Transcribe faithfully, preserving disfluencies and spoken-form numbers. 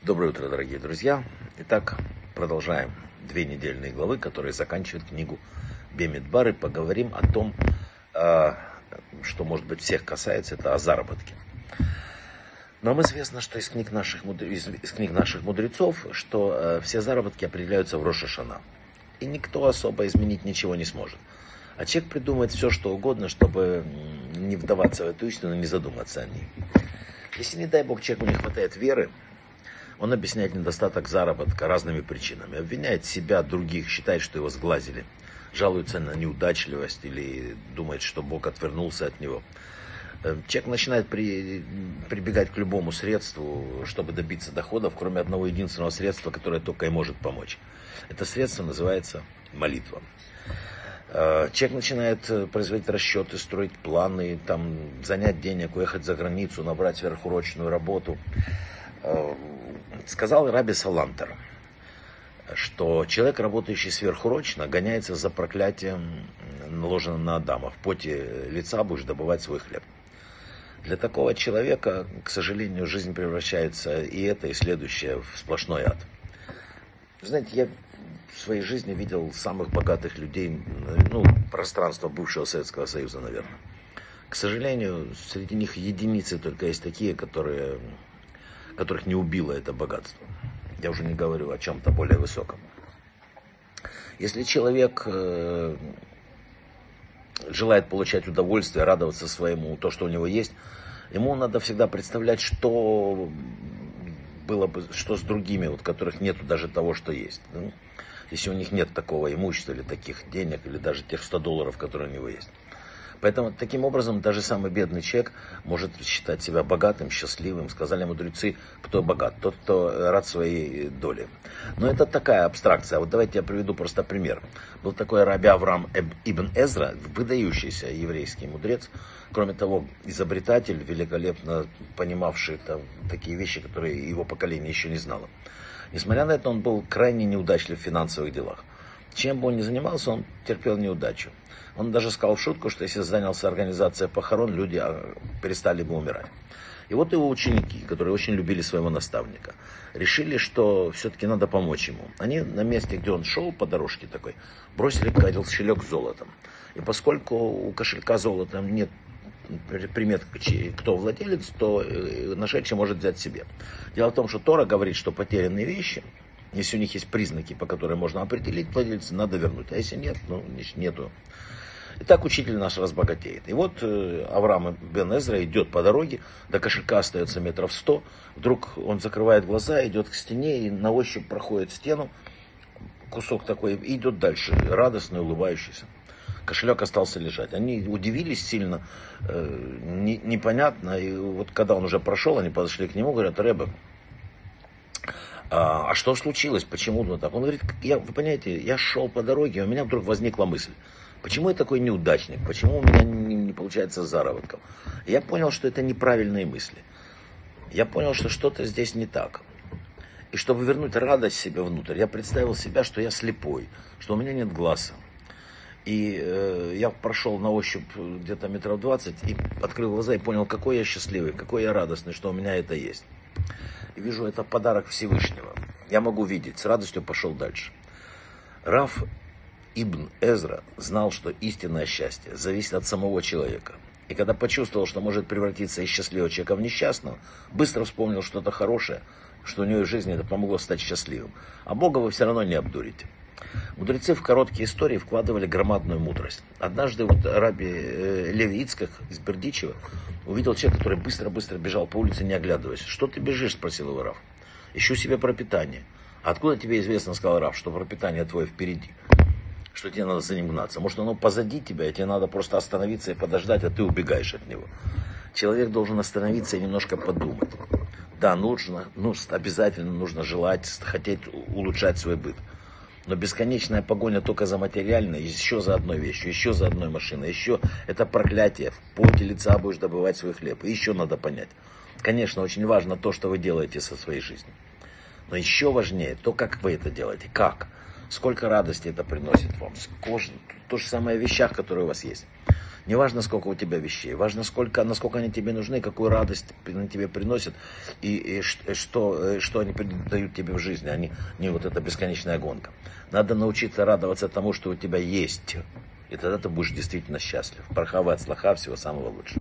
Доброе утро, дорогие друзья. Итак, продолжаем две недельные главы, которые заканчивают книгу Бемидбар, и поговорим о том, что, может быть, всех касается, это о заработке. Нам известно, что из книг наших, из, из книг наших мудрецов, что все заработки определяются в Рош ха-Шана. И никто особо изменить ничего не сможет. А человек придумает все, что угодно, чтобы не вдаваться в эту истину, не задуматься о ней. Если, не дай бог, человеку не хватает веры, он объясняет недостаток заработка разными причинами. Обвиняет себя, других, считает, что его сглазили. Жалуется на неудачливость или думает, что Бог отвернулся от него. Человек начинает при, прибегать к любому средству, чтобы добиться доходов, кроме одного единственного средства, которое только и может помочь. Это средство называется молитва. Человек начинает производить расчеты, строить планы, там, занять денег, уехать за границу, набрать сверхурочную работу. Сказал Раби Салантер, что человек, работающий сверхурочно, гоняется за проклятием, наложенным на Адама. В поте лица будешь добывать свой хлеб. Для такого человека, к сожалению, жизнь превращается и это, и следующее в сплошной ад. Знаете, я в своей жизни видел самых богатых людей, ну, пространство бывшего Советского Союза, наверное. К сожалению, среди них единицы только есть такие, которые, которых не убило это богатство. Я уже не говорю о чем-то более высоком. Если человек э, желает получать удовольствие, радоваться своему, то, что у него есть, ему надо всегда представлять, что было бы, что с другими, у которых нет даже того, что есть. Ну, если у них нет такого имущества, или таких денег, или даже тех ста долларов, которые у него есть. Поэтому, таким образом, даже самый бедный человек может считать себя богатым, счастливым. Сказали мудрецы, кто богат, тот, кто рад своей доле. Но это такая абстракция. Вот давайте я приведу просто пример. Был такой раби Авраам ибн Эзра, выдающийся еврейский мудрец. Кроме того, изобретатель, великолепно понимавший там такие вещи, которые его поколение еще не знало. Несмотря на это, он был крайне неудачлив в финансовых делах. Чем бы он ни занимался, он терпел неудачу. Он даже сказал в шутку, что если занялся организацией похорон, люди перестали бы умирать. И вот его ученики, которые очень любили своего наставника, решили, что все-таки надо помочь ему. Они на месте, где он шел по дорожке такой, бросили кошелек с золотом. И поскольку у кошелька золотом нет примет, кто владелец, то нашедший может взять себе. Дело в том, что Тора говорит, что потерянные вещи, если у них есть признаки, по которым можно определить владельца, надо вернуть. А если нет, ну, нету. И так учитель наш разбогатеет. И вот э, Авраам бен Эзра идет по дороге, до кошелька остается метров сто. Вдруг он закрывает глаза, идет к стене и на ощупь проходит стену. Кусок такой, и идет дальше, радостный, улыбающийся. Кошелек остался лежать. Они удивились сильно, э, не, непонятно. И вот когда он уже прошел, они подошли к нему, говорят: Ребе, а, а что случилось? Почему вот так? Он говорит: я, вы понимаете, я шел по дороге, и у меня вдруг возникла мысль. Почему я такой неудачник? Почему у меня не, не получается заработков? Я понял, что это неправильные мысли. Я понял, что что-то здесь не так. И чтобы вернуть радость себе внутрь, я представил себя, что я слепой, что у меня нет глаза. И э, я прошел на ощупь где-то метров двадцать и открыл глаза и понял, какой я счастливый, какой я радостный, что у меня это есть. И вижу, это подарок Всевышнего. Я могу видеть, с радостью пошел дальше. Рав ибн Эзра знал, что истинное счастье зависит от самого человека. И когда почувствовал, что может превратиться из счастливого человека в несчастного, быстро вспомнил что-то хорошее, что у него в жизни это помогло стать счастливым. А Бога вы все равно не обдурите. Мудрецы в короткие истории вкладывали громадную мудрость. Однажды вот раби э, Леви Ицхак из Бердичева увидел человека, который быстро-быстро бежал по улице, не оглядываясь. «Что ты бежишь?» — спросил его Рав. «Ищу себе пропитание». «А откуда тебе известно, — сказал Рав, — что пропитание твое впереди? Что тебе надо за ним гнаться? Может, оно позади тебя, и тебе надо просто остановиться и подождать, а ты убегаешь от него?» Человек должен остановиться и немножко подумать. Да, нужно, нужно, обязательно нужно желать, хотеть улучшать свой быт. Но бесконечная погоня только за материальной, еще за одной вещью, еще за одной машиной, еще это проклятие. В поте лица будешь добывать свой хлеб. И еще надо понять. Конечно, очень важно то, что вы делаете со своей жизнью. Но еще важнее то, как вы это делаете. Как? Сколько радости это приносит вам. То же самое в вещах, которые у вас есть. Не важно, сколько у тебя вещей, важно, сколько, насколько они тебе нужны, какую радость они тебе приносят, и, и что, что они дают тебе в жизни, а не, не вот эта бесконечная гонка. Надо научиться радоваться тому, что у тебя есть, и тогда ты будешь действительно счастлив. Бархава ат слаха, всего самого лучшего.